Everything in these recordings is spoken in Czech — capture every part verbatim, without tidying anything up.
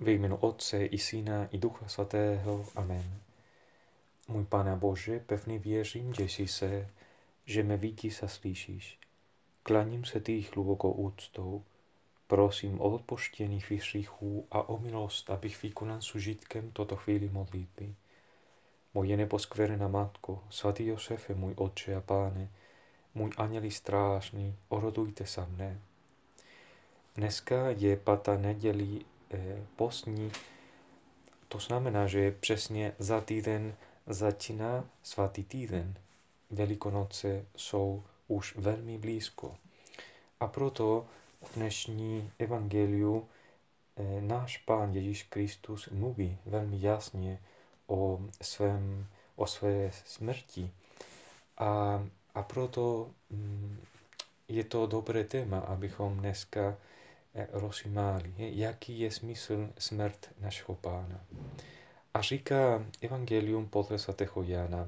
Ve jménu Otce i Syna i Ducha Svatého. Amen. Můj Pane Bože, pevně věřím, že jsi se, že mě vidíš a slyšíš. Klaním se ty hlubokou úctou. Prosím o odpuštění svých hříchů a o milost, abych vykonal s užitkem toto chvíli modlitby. Moje neposkvrněná Matko, svatý Josefe, můj Otče a Páne, můj anděli strážný, orodujte za mne. Dneska je pátá neděli eh, postní, to znamená, že přesně za týden začíná svatý týden. Velikonoce jsou už velmi blízko. A proto v dnešní evangeliu eh, náš Pán Ježíš Kristus mluví velmi jasně o, svém, o své smrti. A, a proto mm, je to dobré téma, abychom dneska rozjímali, jaký je smysl smrt našeho Pána. A říká evangelium podle svatého Jana: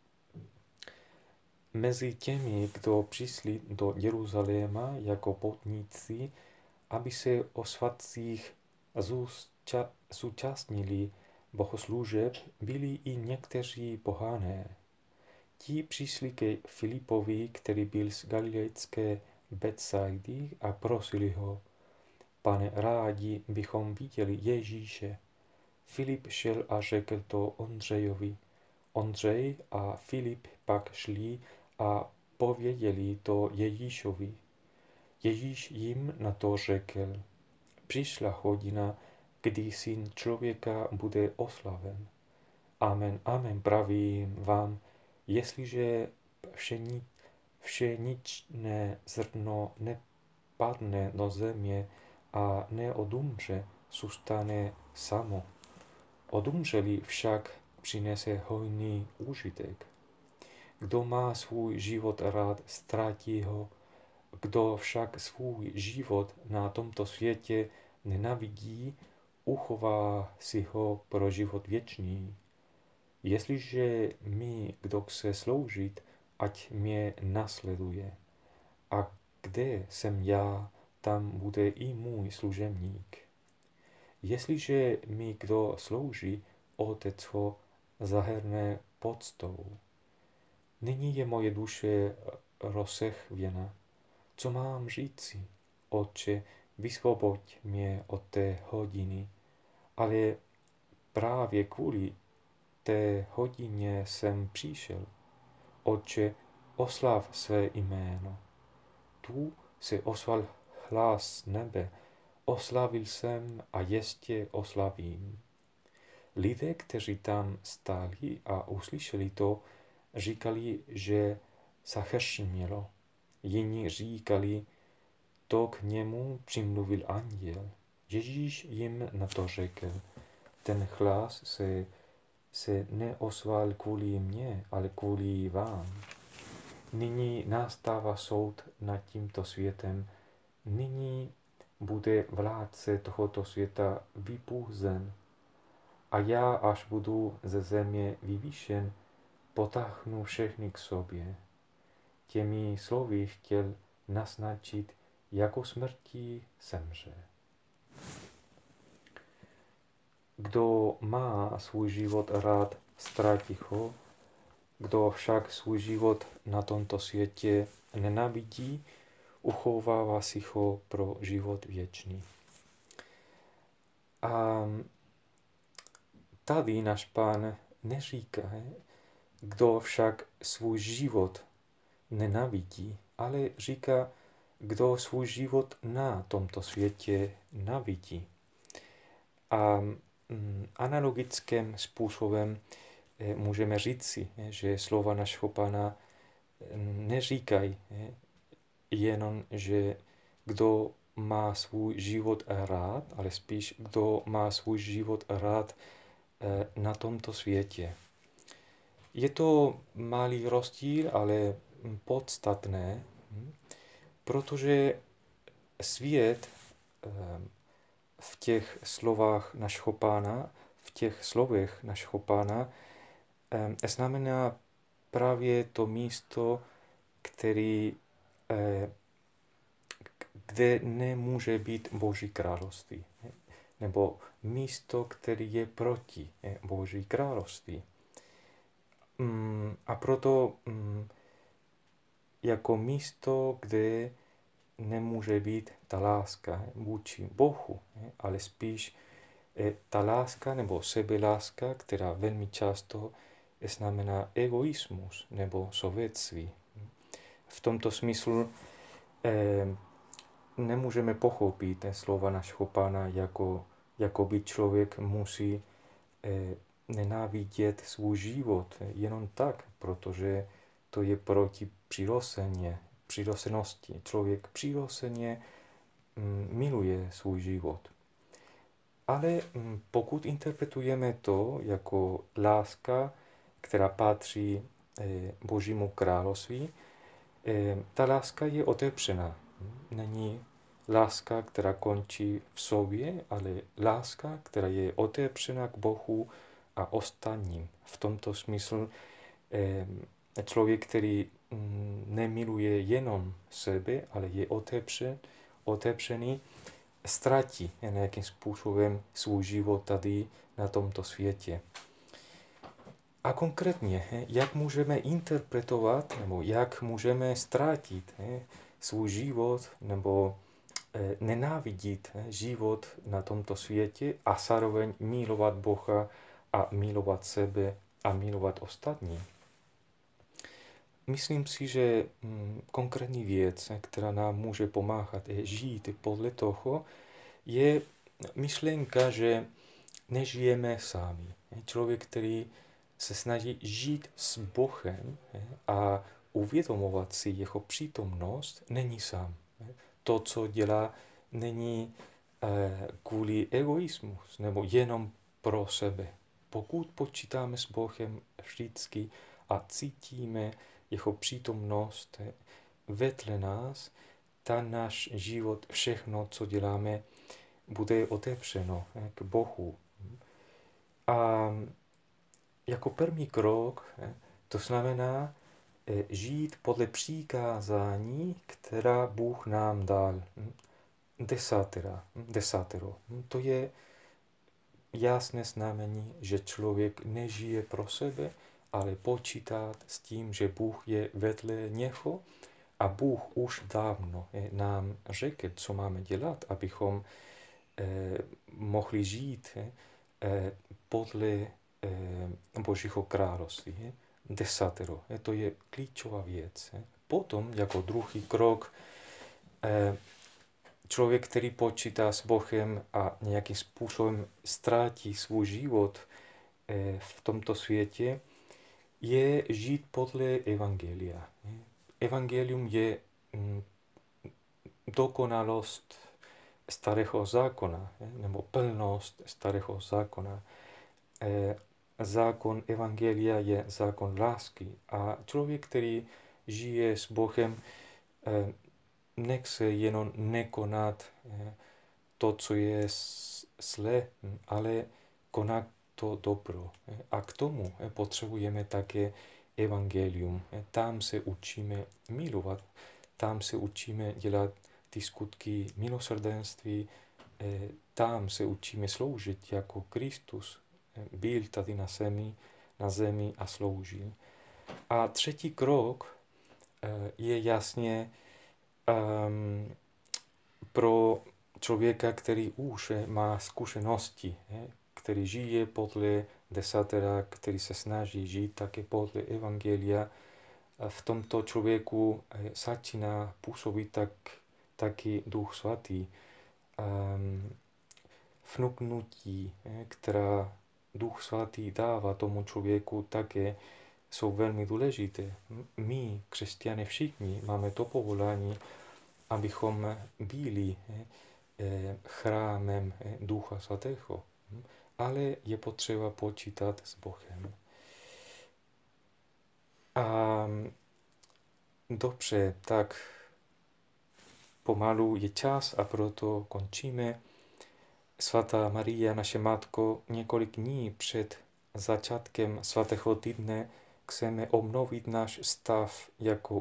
mezi těmi, kdo přišli do Jeruzaléma jako poutníci, aby se o svátcích zúčastnili bohoslužeb, byli i někteří pohané. Ti přišli ke Filipovi, který byl z galilejské Betsaidy, a prosili ho: Pane, rádi bychom viděli Ježíše. Filip šel a řekl to Ondřejovi. Ondřej a Filip pak šli a pověděli to Ježíšovi. Ježíš jim na to řekl: přišla hodina, kdy Syn člověka bude oslaven. Amen, amen, pravím vám, jestliže všeni, všeničné zrno nepadne do země a neodumře, zůstane samo. Odumřeli však přinese hojný užitek. Kdo má svůj život rád, ztratí ho. Kdo však svůj život na tomto světě nenávidí, uchová si ho pro život věčný. Jestliže mi kdo chce sloužit, ať mě nasleduje. A kde jsem já, tam bude i můj služebník. Jestliže mi kdo slouží, Otec ho zahrne poctou. Nyní je moje duše rozechvěna. Co mám říci? Otče, vysvoboď mě od té hodiny. Ale právě kvůli té hodině jsem přišel. Otče, oslav své jméno. Tu se ozval hlas nebe. Oslavil jsem a ještě oslavím. Lidé, kteří tam stáli a uslyšeli to, říkali, že zahršmělo. Jiní říkali, to k němu přimluvil anděl. Ježíš jim na to řekl: ten hlas se, se neozval kvůli mně, ale kvůli vám. Nyní nastává soud nad tímto světem. Nyní bude vládce tohoto světa vypůzen. A já, až budu ze země vyvýšen, potáhnu všechny k sobě. Těmi slovy chtěl naznačit, jako smrtí zemře. Kdo má svůj život rád, ztratí ho. Kdo však svůj život na tomto světě nenávidí, uchovává si ho pro život věčný. A tady náš Pán neříká, kdo však svůj život nenávidí, ale říká, kdo svůj život na tomto světě navidí. A mm, analogickým způsobem eh, můžeme říci, že slova našeho Pána neříkají jenom, že kdo má svůj život rád, ale spíš kdo má svůj život rád eh, na tomto světě. Je to malý rozdíl, ale podstatné, protože svět v těch slovách našeho Pána, v těch slovech našeho Pána znamená právě to místo, který, kde nemůže být Boží království. nebo místo, které je proti Boží království. A proto jako místo, kde nemůže být ta láska vůči Bohu, ale spíš ta láska nebo sebeláska, která velmi často znamená egoismus nebo sobectví. V tomto smyslu eh, nemůžeme pochopit slova našeho Pána, jako, jako by člověk musí eh, nenávidět svůj život jenom tak, protože to je proti přirozeně, přirozenosti. Člověk přirozeně mm, miluje svůj život. Ale mm, pokud interpretujeme to jako láska, která patří eh, Božímu království, eh, ta láska je otevřená. Není láska, která končí v sobě, ale láska, která je otevřená k Bohu a ostatním. V tomto smyslu eh, člověk, který mm, nemiluje jenom sebe, ale je otevřen, otevřený, ztratí nějakým způsobem svůj život tady na tomto světě. A konkrétně, jak můžeme interpretovat, nebo jak můžeme ztratit svůj život, nebo nenávidět život na tomto světě a zároveň milovat Boha a milovat sebe a milovat ostatní. Myslím si, že konkrétní věc, která nám může pomáhat žít podle toho, je myšlenka, že nežijeme sami. Člověk, který se snaží žít s Bohem a uvědomovat si jeho přítomnost, není sám. To, co dělá, není kvůli egoismu nebo jenom pro sebe. Pokud počítáme s Bohem vždycky a cítíme jeho přítomnost vedle nás, ta náš život, všechno, co děláme, bude otevřeno k Bohu. A jako první krok to znamená žít podle přikázání, která Bůh nám dal. Desatera, desatero. To je jasné znamení, že člověk nežije pro sebe, ale počítá s tím, že Bůh je vedle něho a Bůh už dávno nám řekl, co máme dělat, abychom eh, mohli žít eh, podle eh, Božího království. Eh. Desatero, eh, to je klíčová věc. Eh. Potom, jako druhý krok, eh, člověk, který počítá s Bohem a nějakým způsobem ztratí svůj život eh, v tomto světě, je žít podle evangelia. Evangelium je mm, dokonalost starého zákona, nebo plnost starého zákona. E, zákon evangelia je zákon lásky a člověk, který žije s Bohem, e, nechce jenom nekonat e, to, co je zlé, ale konat to dobro. A k tomu potřebujeme také evangelium. Tam se učíme milovat, tam se učíme dělat ty skutky milosrdenství, tam se učíme sloužit jako Kristus. Byl tady na zemi, na zemi a sloužil. A třetí krok je jasně um, pro člověka, který už má zkušenosti, který žije podle desatera, který se snaží žít také podle evangelia. V tomto člověku začíná působit tak, taky Duch Svatý. Um, vnuknutí, která Duch Svatý dává tomu člověku, také jsou velmi důležité. My, křesťané všichni, máme to povolání, abychom byli chrámem Ducha Svatého. Ale je potřeba počítat s Bohem. A dobře, tak pomalu je čas a proto končíme. Svatá Maria, naše matko, několik dní před začátkem svatého týdne chceme obnovit náš stav jako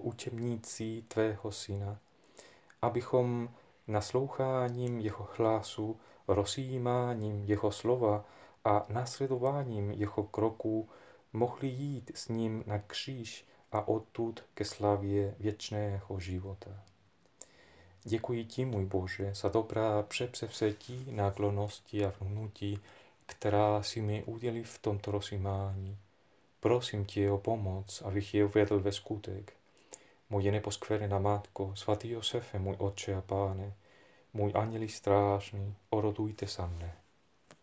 učebníci tvého syna, abychom nasloucháním jeho hlasu rozjímáním jeho slova a následováním jeho kroků mohli jít s ním na kříž a odtud ke slavě věčného života. Děkuji ti, můj Bože, za dobrá přepsevzetí, náklonnosti a vnutí, která si mi udělil v tomto rozjímání. Prosím tě o pomoc, abych je uvedl ve skutek. Moje neposkvrněná Matko, svatý Josefe, můj Otče a Páne, můj anděli strážný, orodujte za mne.